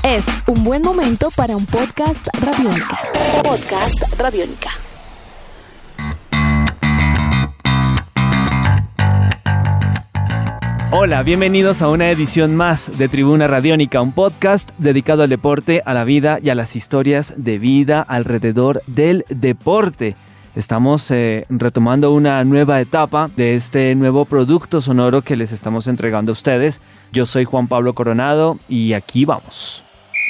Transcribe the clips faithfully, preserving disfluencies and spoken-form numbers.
Es un buen momento para un podcast Radiónica. Podcast Radiónica. Hola, bienvenidos a una edición más de Tribuna Radiónica, un podcast dedicado al deporte, a la vida y a las historias de vida alrededor del deporte. Estamos eh, retomando una nueva etapa de este nuevo producto sonoro que les estamos entregando a ustedes. Yo soy Juan Pablo Coronado y aquí vamos.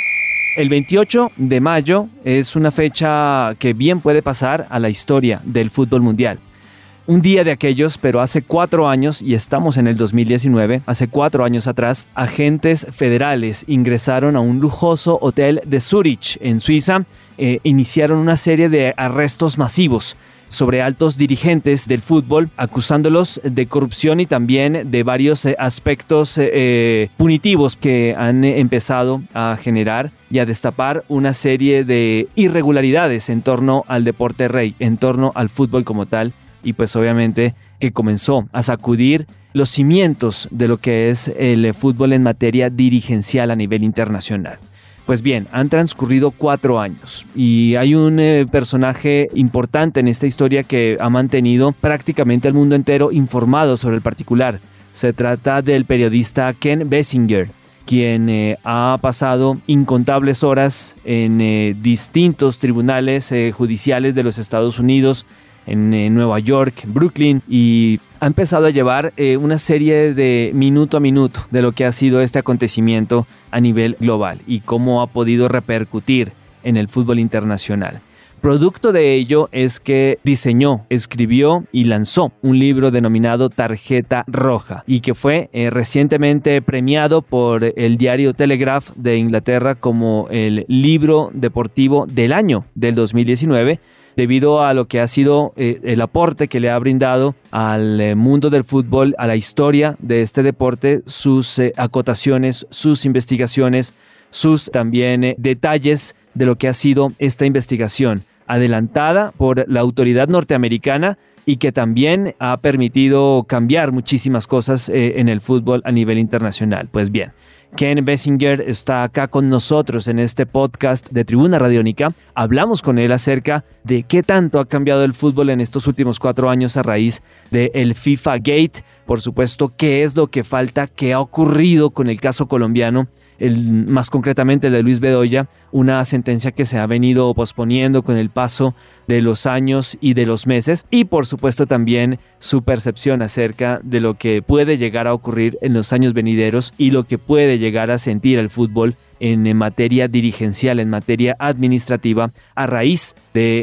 El veintiocho de mayo es una fecha que bien puede pasar a la historia del fútbol mundial. Un día de aquellos, pero hace cuatro años, y estamos en el dos mil diecinueve, hace cuatro años atrás, agentes federales ingresaron a un lujoso hotel de Zúrich, en Suiza, e iniciaron una serie de arrestos masivos sobre altos dirigentes del fútbol, acusándolos de corrupción y también de varios eh, aspectos eh, punitivos que han eh, empezado a generar y a destapar una serie de irregularidades en torno al deporte rey, en torno al fútbol como tal. Y pues obviamente que comenzó a sacudir los cimientos de lo que es el fútbol en materia dirigencial a nivel internacional. Pues bien, han transcurrido cuatro años y hay un eh, personaje importante en esta historia que ha mantenido prácticamente al mundo entero informado sobre el particular. Se trata del periodista Ken Bessinger, quien eh, ha pasado incontables horas en eh, distintos tribunales eh, judiciales de los Estados Unidos, en eh, Nueva York, Brooklyn, y ha empezado a llevar eh, una serie de minuto a minuto de lo que ha sido este acontecimiento a nivel global y cómo ha podido repercutir en el fútbol internacional. Producto de ello es que diseñó, escribió y lanzó un libro denominado Tarjeta Roja y que fue eh, recientemente premiado por el diario Telegraph de Inglaterra como el libro deportivo del año del dos mil diecinueve, debido a lo que ha sido eh, el aporte que le ha brindado al eh, mundo del fútbol, a la historia de este deporte, sus eh, acotaciones, sus investigaciones, sus también eh, detalles de lo que ha sido esta investigación, adelantada por la autoridad norteamericana y que también ha permitido cambiar muchísimas cosas eh, en el fútbol a nivel internacional. Pues bien, Ken Bessinger está acá con nosotros en este podcast de Tribuna Radiónica. Hablamos con él acerca de qué tanto ha cambiado el fútbol en estos últimos cuatro años a raíz del FIFA Gate. Por supuesto, qué es lo que falta, qué ha ocurrido con el caso colombiano, el, más concretamente el de Luis Bedoya, una sentencia que se ha venido posponiendo con el paso de los años y de los meses, y por supuesto también su percepción acerca de lo que puede llegar a ocurrir en los años venideros y lo que puede llegar a sentir el fútbol en materia dirigencial, en materia administrativa, a raíz de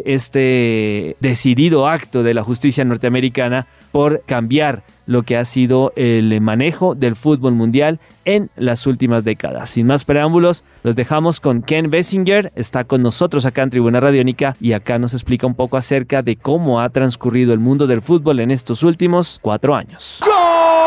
este decidido acto de la justicia norteamericana por cambiar lo que ha sido el manejo del fútbol mundial en las últimas décadas. Sin más preámbulos, los dejamos con Ken Bessinger. Está con nosotros acá en Tribuna Radiónica y acá nos explica un poco acerca de cómo ha transcurrido el mundo del fútbol en estos últimos cuatro años. ¡Gol!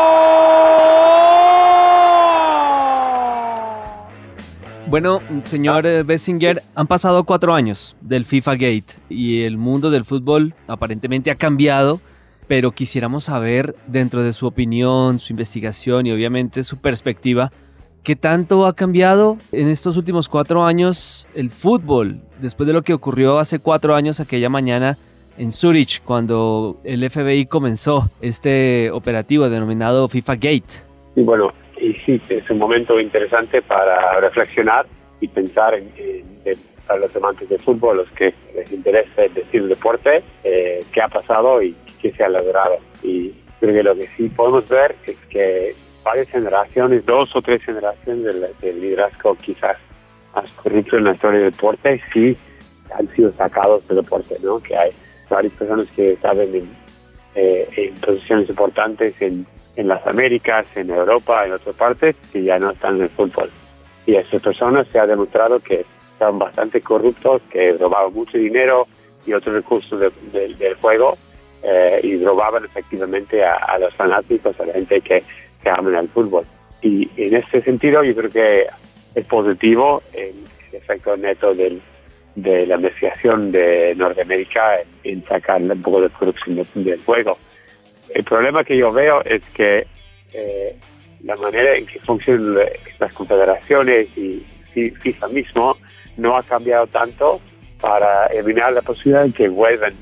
Bueno, señor Bessinger, han pasado cuatro años del FIFA Gate y el mundo del fútbol aparentemente ha cambiado, pero quisiéramos saber, dentro de su opinión, su investigación y obviamente su perspectiva, ¿qué tanto ha cambiado en estos últimos cuatro años el fútbol después de lo que ocurrió hace cuatro años aquella mañana en Zúrich, cuando el F B I comenzó este operativo denominado FIFA Gate? Y bueno, y sí, es un momento interesante para reflexionar y pensar en, en, en a los amantes de fútbol, los que les interesa el estilo de deporte, eh, qué ha pasado y qué se ha logrado. Y creo que lo que sí podemos ver es que varias generaciones, dos o tres generaciones del, del liderazgo quizás más corrupto en la historia del deporte, sí han sido sacados del deporte, ¿no? Que hay varias personas que estaban en, eh, en posiciones importantes en, en las Américas, en Europa, en otras partes, que ya no están en el fútbol. Y a esas personas se ha demostrado que estaban bastante corruptos, que robaban mucho dinero y otros recursos de, de, del juego, eh, y robaban efectivamente a, a los fanáticos, a la gente que, que aman al fútbol. Y en este sentido yo creo que es positivo el, el efecto neto del, de la investigación de Norteamérica en, en sacar un poco de corrupción de, del juego. El problema que yo veo es que eh, la manera en que funcionan las confederaciones y FIFA mismo no ha cambiado tanto para eliminar la posibilidad de que vuelvan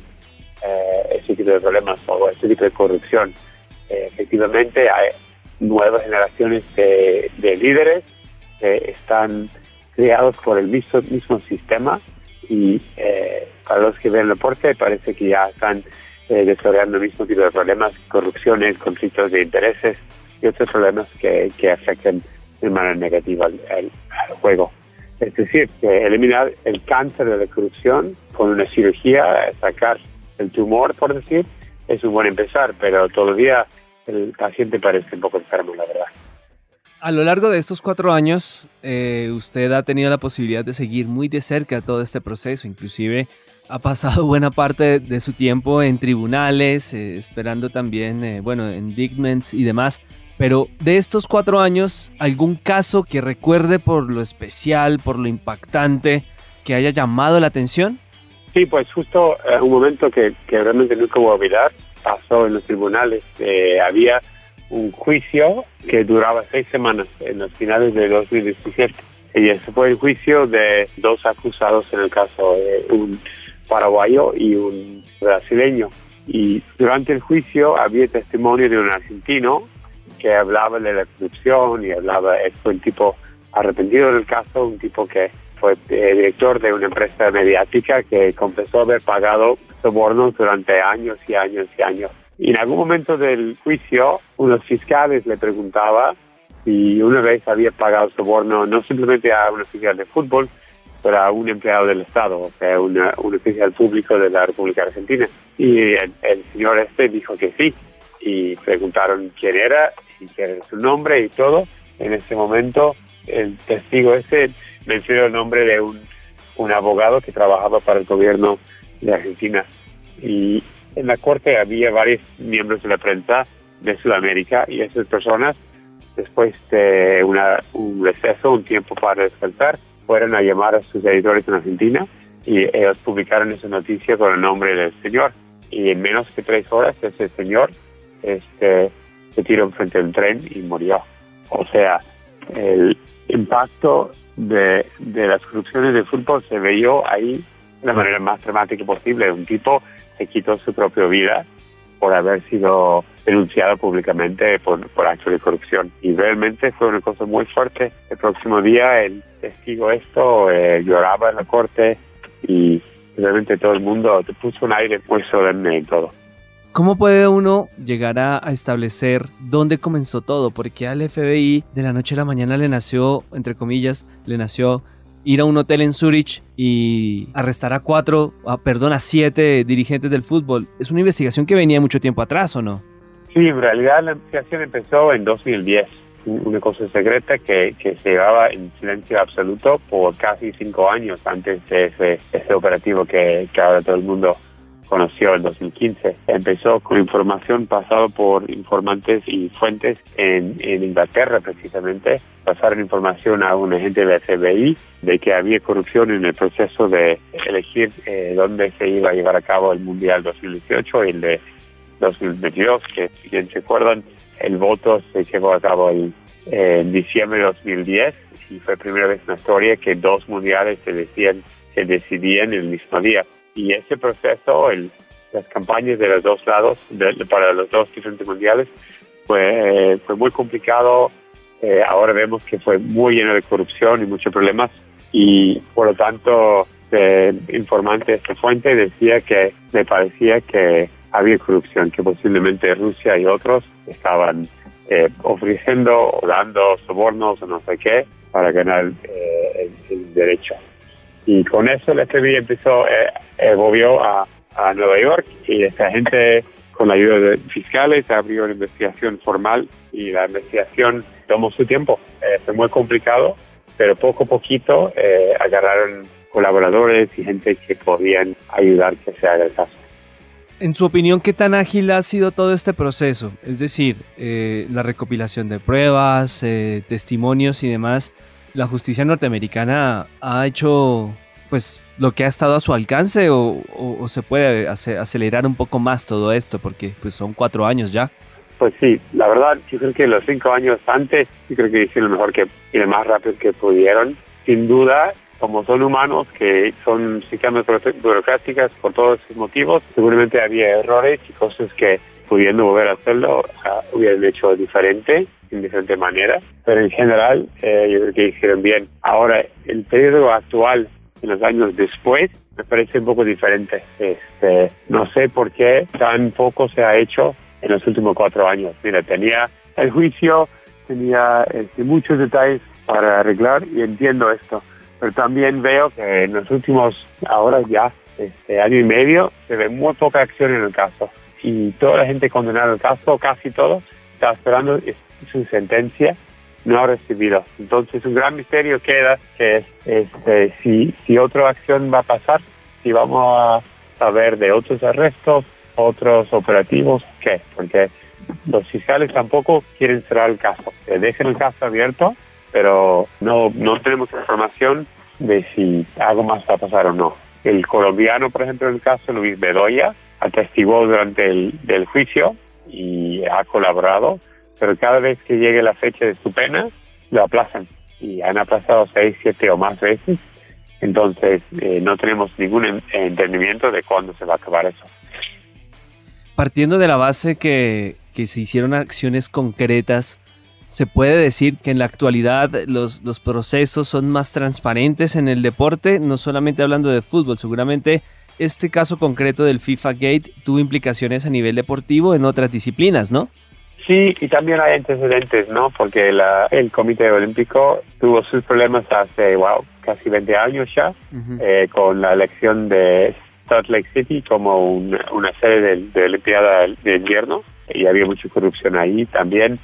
eh, ese tipo de problemas o ese tipo de corrupción. Eh, efectivamente hay nuevas generaciones de, de líderes que están creados por el mismo, mismo sistema y eh, para los que ven el deporte parece que ya están eh, desarrollando el mismo tipo de problemas, corrupciones, conflictos de intereses y otros problemas que, que afectan de manera negativa al, al, al juego. Es decir, que eliminar el cáncer de la corrupción con una cirugía, sacar el tumor, por decir, es un buen empezar, pero todavía el paciente parece un poco enfermo, la verdad. A lo largo de estos cuatro años, eh, usted ha tenido la posibilidad de seguir muy de cerca todo este proceso, inclusive ha pasado buena parte de su tiempo en tribunales, eh, esperando también, eh, bueno, indictments y demás. Pero de estos cuatro años, ¿algún caso que recuerde por lo especial, por lo impactante, que haya llamado la atención? Sí, pues justo eh, un momento que, que realmente nunca voy a olvidar, pasó en los tribunales. Eh, había un juicio que duraba seis semanas en los finales de dos mil diecisiete. Y ese fue el juicio de dos acusados en el caso de un paraguayo y un brasileño. Y durante el juicio había testimonio de un argentino que hablaba de la corrupción y hablaba, es un tipo arrepentido del caso, un tipo que fue eh, director de una empresa mediática que confesó haber pagado sobornos durante años y años y años. Y en algún momento del juicio, unos fiscales le preguntaba si una vez había pagado soborno no simplemente a un oficial de fútbol, pero a un empleado del Estado, o sea, una, un oficial público de la República Argentina. Y el, el señor este dijo que sí. Y preguntaron quién era y quién era su nombre y todo. En ese momento el testigo ese mencionó el nombre de un, un abogado que trabajaba para el gobierno de Argentina. Y en la corte había varios miembros de la prensa de Sudamérica y esas personas, después de una, un receso, un tiempo para descansar, fueron a llamar a sus editores en Argentina y ellos publicaron esa noticia con el nombre del señor. Y en menos de tres horas ese señor Este, se tiró enfrente del tren y murió. O sea, el impacto de, de las corrupciones de fútbol se veía ahí de la manera más dramática posible. Un tipo se quitó su propia vida por haber sido denunciado públicamente por, por actos de corrupción. Y realmente fue una cosa muy fuerte. El próximo día el testigo esto eh, lloraba en la corte y realmente todo el mundo te puso un aire muy solemne y todo. ¿Cómo puede uno llegar a, a establecer dónde comenzó todo? Porque al F B I de la noche a la mañana le nació, entre comillas, le nació ir a un hotel en Zurich y arrestar a cuatro, a, perdón, a siete dirigentes del fútbol. ¿Es una investigación que venía mucho tiempo atrás o no? Sí, en realidad la investigación empezó en dos mil diez. Una cosa secreta que, que se llevaba en silencio absoluto por casi cinco años antes de ese, ese operativo que, que ahora todo el mundo conoció en dos mil quince. Empezó con información pasada por informantes y fuentes en, en Inglaterra precisamente. Pasaron información a un agente del F B I de que había corrupción en el proceso de elegir eh, dónde se iba a llevar a cabo el Mundial dos mil dieciocho y el de dos mil veintidós, que si bien se acuerdan, el voto se llevó a cabo el, eh, en diciembre de dos mil diez y fue la primera vez en la historia que dos mundiales se, decían, se decidían el mismo día. Y ese proceso, el, las campañas de los dos lados, de, para los dos diferentes mundiales, fue, eh, fue muy complicado. Eh, ahora vemos que fue muy lleno de corrupción y muchos problemas. Y por lo tanto, el informante de esta fuente decía que le parecía que había corrupción, que posiblemente Rusia y otros estaban eh, ofreciendo o dando sobornos o no sé qué para ganar eh, el, el derecho. Y con eso el F B I empezó, eh, eh, volvió a, a Nueva York y esta gente, con la ayuda de fiscales, abrió una investigación formal y la investigación tomó su tiempo. Eh, fue muy complicado, pero poco a poquito eh, agarraron colaboradores y gente que podían ayudar que se haga el caso. En su opinión, ¿qué tan ágil ha sido todo este proceso? Es decir, eh, la recopilación de pruebas, eh, testimonios y demás. ¿La justicia norteamericana ha hecho pues lo que ha estado a su alcance o, o, o se puede hacer, acelerar un poco más todo esto? Porque pues son cuatro años ya. Pues sí, la verdad, yo creo que los cinco años antes, yo creo que hicieron lo mejor que, y lo más rápido que pudieron. sin duda, como son humanos que son sistemas burocráticas por todos esos motivos, seguramente había errores y cosas que pudiendo volver a hacerlo uh, hubieran hecho diferente, en diferente manera. Pero en general, eh, yo creo que hicieron bien. Ahora, el periodo actual, en los años después, me parece un poco diferente. Este, no sé por qué tan poco se ha hecho en los últimos cuatro años. Mira, tenía el juicio, tenía este, muchos detalles para arreglar y entiendo esto. Pero también veo que en los últimos, ahora ya, este año y medio, se ve muy poca acción en el caso. Y toda la gente condenada al caso, casi todos, está esperando su sentencia, no ha recibido. Entonces un gran misterio queda que es este, si, si otra acción va a pasar, si vamos a saber de otros arrestos, otros operativos, ¿qué? Porque los fiscales tampoco quieren cerrar el caso. Se dejan el caso abierto, pero no, no tenemos información de si algo más va a pasar o no. El colombiano, por ejemplo, en el caso, Luis Bedoya, atestiguó durante el del juicio y ha colaborado, pero cada vez que llegue la fecha de su pena, lo aplazan. Y han aplazado seis, siete o más veces. Entonces, eh, no tenemos ningún entendimiento de cuándo se va a acabar eso. Partiendo de la base que, que se hicieron acciones concretas, ¿se puede decir que en la actualidad los, los procesos son más transparentes en el deporte? No solamente hablando de fútbol, seguramente este caso concreto del FIFA Gate tuvo implicaciones a nivel deportivo en otras disciplinas, ¿no? Sí, y también hay antecedentes, ¿no? Porque la, el Comité Olímpico tuvo sus problemas hace, wow, casi veinte años ya, uh-huh. eh, con la elección de Salt Lake City como un, una sede de, de Olimpiada de invierno, y había mucha corrupción ahí también.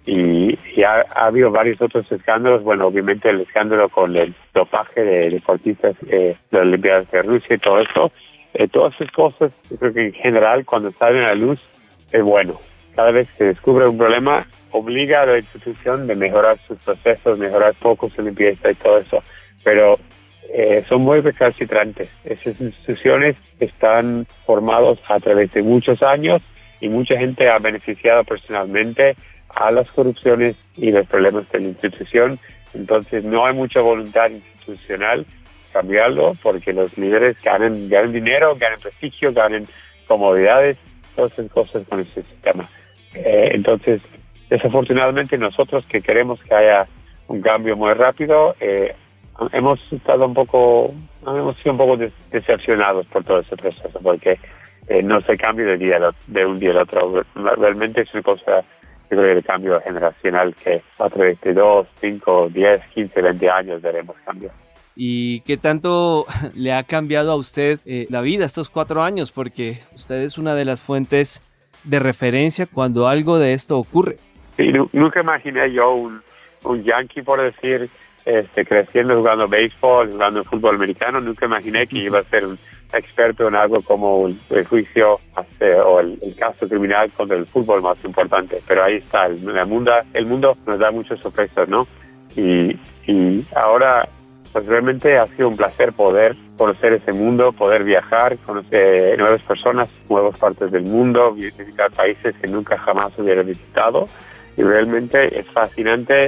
Y, y ha, ha habido varios otros escándalos. Bueno, obviamente el escándalo con el dopaje de deportistas eh, de las Olimpiadas de Rusia y todo eso. Eh, todas esas cosas, yo creo que en general cuando salen a la luz es bueno. Cada vez que descubre un problema, obliga a la institución de mejorar sus procesos, mejorar pocos limpieza y todo eso. Pero eh, son muy recalcitrantes. Esas instituciones están formadas a través de muchos años y mucha gente ha beneficiado personalmente a las corrupciones y los problemas de la institución. Entonces no hay mucha voluntad institucional cambiarlo porque los líderes ganan, ganan dinero, ganan prestigio, ganan comodidades, todas esas cosas con ese sistema. Eh, entonces, desafortunadamente nosotros que queremos que haya un cambio muy rápido, eh, hemos estado un poco, hemos sido un poco des- decepcionados por todo ese proceso porque eh, no se cambia de, día, de un día al otro. Realmente es una cosa, yo creo que el cambio generacional que a través de dos, cinco, diez, quince, veinte años veremos cambios. ¿Y qué tanto le ha cambiado a usted eh, la vida estos cuatro años? Porque usted es una de las fuentes de referencia cuando algo de esto ocurre. Sí, nu- nunca imaginé yo un, un yankee, por decir, este, creciendo jugando béisbol, jugando fútbol americano. Nunca imaginé que iba a ser un experto en algo como el, el juicio hace, o el, el caso criminal contra el fútbol más importante. Pero ahí está, el, el, mundo, el mundo nos da muchas sorpresas, ¿no? Y, y ahora pues realmente ha sido un placer poder conocer ese mundo, poder viajar, conocer nuevas personas, nuevas partes del mundo, visitar países que nunca jamás hubiera visitado. Y realmente es fascinante eh,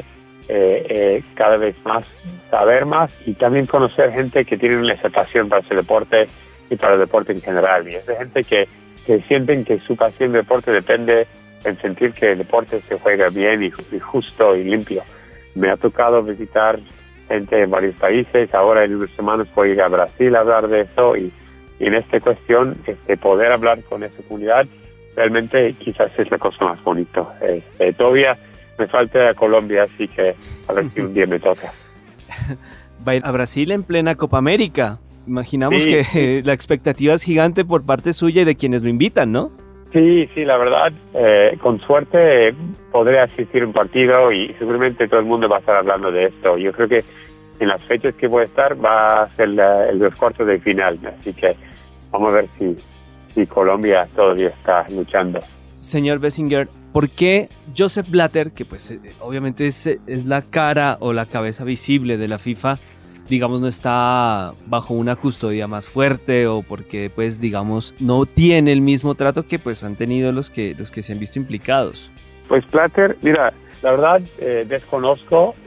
eh, cada vez más saber más y también conocer gente que tiene una pasión para ese deporte y para el deporte en general. Y es de gente que, que sienten que su pasión de deporte depende en sentir que el deporte se juega bien y, y justo y limpio. Me ha tocado visitar gente en varios países. Ahora en unas semanas voy a ir a Brasil a hablar de eso y, y en esta cuestión este, poder hablar con esa comunidad realmente quizás es la cosa más bonita. Eh, eh, todavía me falta a Colombia, así que a ver si un día me toca. Va a ir a Brasil en plena Copa América. Imaginamos sí, que sí. la expectativa es gigante por parte suya y de quienes lo invitan, ¿no? Sí, sí, la verdad, eh, con suerte eh, podré asistir a un partido y seguramente todo el mundo va a estar hablando de esto. Yo creo que en las fechas que voy a estar va a ser la, el los cuartos de final, así que vamos a ver si, si Colombia todavía está luchando. Señor Bessinger, ¿por qué Joseph Blatter, que pues eh, obviamente es, es la cara o la cabeza visible de la FIFA, digamos, no está bajo una custodia más fuerte o porque, pues, digamos, no tiene el mismo trato que, pues, han tenido los que, los que se han visto implicados? Pues Blatter, mira, la verdad, eh, desconozco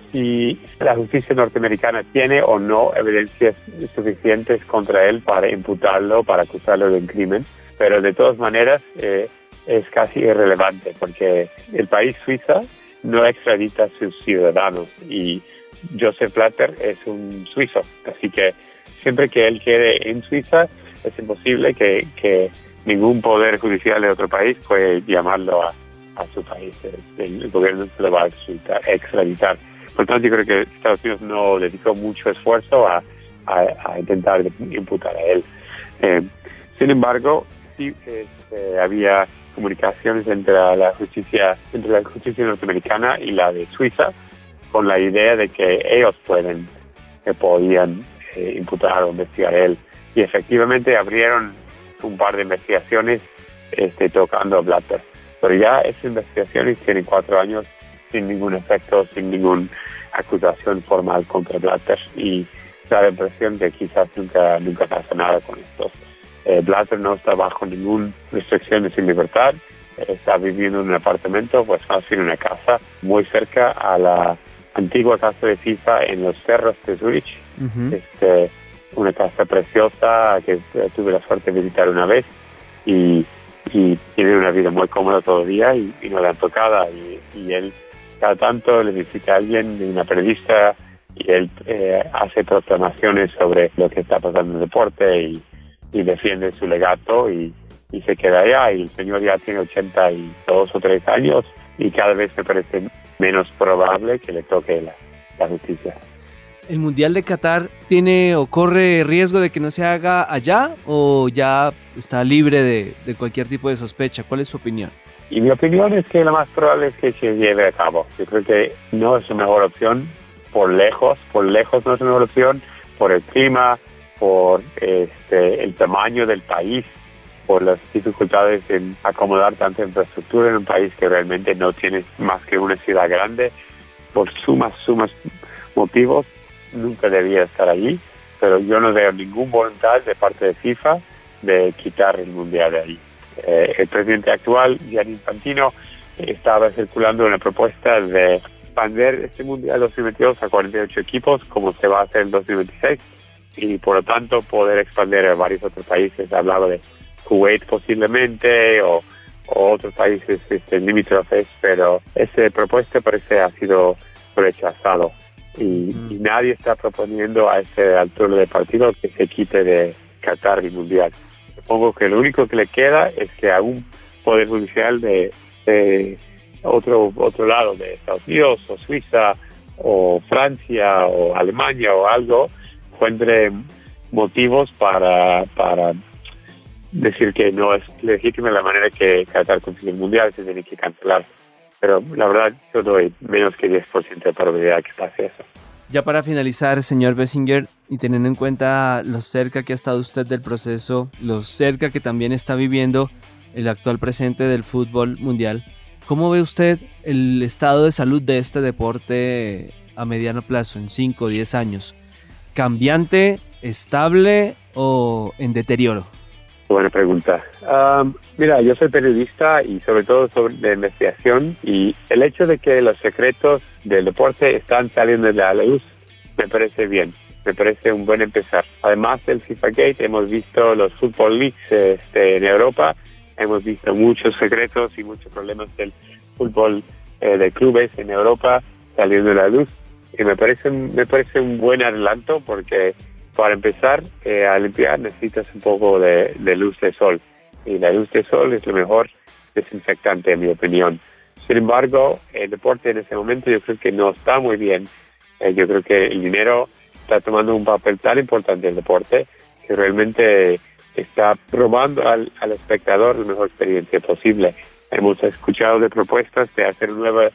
si la justicia norteamericana tiene o no evidencias suficientes contra él para imputarlo, para acusarlo de un crimen, pero de todas maneras eh, es casi irrelevante porque el país Suiza no extradita a sus ciudadanos y Joseph Blatter es un suizo, así que siempre que él quede en Suiza es imposible que, que ningún poder judicial de otro país puede llamarlo a, a su país. El, el gobierno se lo va a extraditar. extraditar. Por tanto, yo creo que Estados Unidos no dedicó mucho esfuerzo a, a, a intentar imputar a él. Eh, sin embargo, sí este, había comunicaciones entre la justicia entre la justicia norteamericana y la de Suiza con la idea de que ellos pueden que podían eh, imputar o investigar a él. Y efectivamente abrieron un par de investigaciones este, tocando a Blatter. Pero ya esas investigaciones tienen cuatro años sin ningún efecto, sin ninguna acusación formal contra Blatter. Y da la impresión de que quizás nunca, nunca pasa nada con esto. Eh, Blatter no está bajo ninguna restricción de su libertad. Eh, está viviendo en un apartamento, pues más bien en una casa muy cerca a la antigua casa de FIFA en los cerros de Zurich. Uh-huh. Este, una casa preciosa que tuve la suerte de visitar una vez y, y tiene una vida muy cómoda todavía y, y no la han tocado y, y él cada tanto le visita a alguien, una periodista, y él eh, hace proclamaciones sobre lo que está pasando en el deporte y, y defiende su legato y, y se queda allá y el señor ya tiene ochenta y dos o tres años y cada vez me parece menos probable que le toque la, la justicia. ¿El Mundial de Qatar tiene o corre riesgo de que no se haga allá o ya está libre de, de cualquier tipo de sospecha? ¿Cuál es su opinión? Y mi opinión es que lo más probable es que se lleve a cabo. Yo creo que no es la mejor opción por lejos, por lejos no es la mejor opción, por el clima, por este, el tamaño del país, por las dificultades en acomodar tanta infraestructura en un país que realmente no tiene más que una ciudad grande, por sumas, sumas motivos. Nunca debía estar allí, pero yo no veo ninguna voluntad de parte de FIFA de quitar el Mundial de ahí. Eh, el presidente actual, Gianni Infantino, estaba circulando una propuesta de expandir este Mundial dos mil veintidós a cuarenta y ocho equipos, como se va a hacer en dos mil veintiséis, y por lo tanto poder expandir a varios otros países. Hablaba de Kuwait posiblemente, o, o otros países este, limítrofes, pero esa propuesta parece que ha sido rechazado. Y, y nadie está proponiendo a ese altura de partido que se quite de Qatar el Mundial. Supongo que lo único que le queda es que a un poder judicial de, de otro otro lado, de Estados Unidos o Suiza o Francia o Alemania o algo, encuentre motivos para, para decir que no es legítima la manera que Qatar consigue el Mundial, se tiene que cancelar. Pero la verdad yo doy menos que diez por ciento de probabilidad que pase eso. Ya para finalizar, señor Bessinger, y teniendo en cuenta lo cerca que ha estado usted del proceso, lo cerca que también está viviendo el actual presidente del fútbol mundial, ¿cómo ve usted el estado de salud de este deporte a mediano plazo, en cinco o diez años? ¿Cambiante, estable o en deterioro? Buena pregunta. Um, mira, yo soy periodista y sobre todo sobre de investigación, y el hecho de que los secretos del deporte están saliendo de la luz me parece bien, me parece un buen empezar. Además del FIFA Gate hemos visto los Football Leagues este, en Europa, hemos visto muchos secretos y muchos problemas del fútbol eh, de clubes en Europa saliendo de la luz, y me parece, me parece un buen adelanto porque para empezar, eh, a limpiar necesitas un poco de, de luz de sol. Y la luz de sol es lo mejor desinfectante, en mi opinión. Sin embargo, el deporte en ese momento yo creo que no está muy bien. Eh, yo creo que el dinero está tomando un papel tan importante en el deporte que realmente está robando al, al espectador la mejor experiencia posible. Hemos escuchado de propuestas de hacer una nueva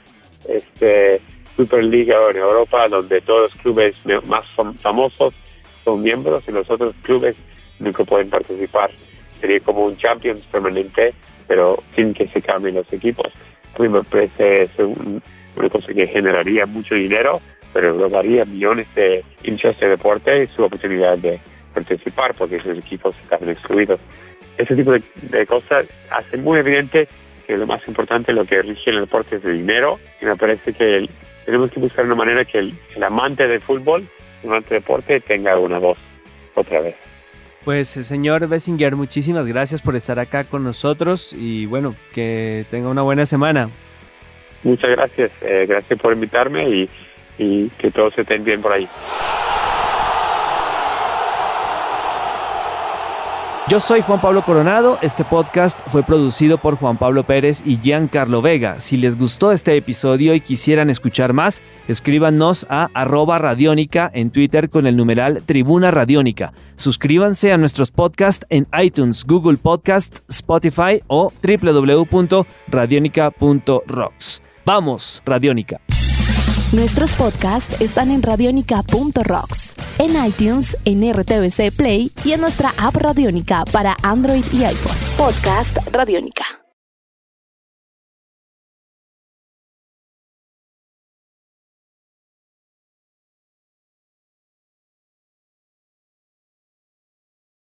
este, Superliga en Europa donde todos los clubes más famosos son miembros y los otros clubes nunca pueden participar. Sería como un Champions permanente, pero sin que se cambien los equipos. A mí me parece un, una cosa que generaría mucho dinero, pero robaría millones de hinchas de deporte y su oportunidad de participar, porque esos equipos están excluidos. Ese tipo de, de cosas hace muy evidente que lo más importante, lo que rige en el deporte es el dinero, y me parece que el, tenemos que buscar una manera que el, el amante del fútbol, el amante del deporte, tenga una voz otra vez. Pues señor Bessinger, muchísimas gracias por estar acá con nosotros y bueno, que tenga una buena semana. Muchas gracias, eh, gracias por invitarme y, y que todos estén bien por ahí. Yo soy Juan Pablo Coronado, este podcast fue producido por Juan Pablo Pérez y Giancarlo Vega. Si les gustó este episodio y quisieran escuchar más, escríbanos a arroba radiónica en Twitter con el numeral Tribuna Radiónica. Suscríbanse a nuestros podcasts en iTunes, Google Podcasts, Spotify o doble u doble u doble u punto radionica punto rocks. ¡Vamos, Radiónica! Nuestros podcasts están en radionica punto rocks, en iTunes, en R T V C Play y en nuestra app Radiónica para Android y iPhone. Podcast Radiónica.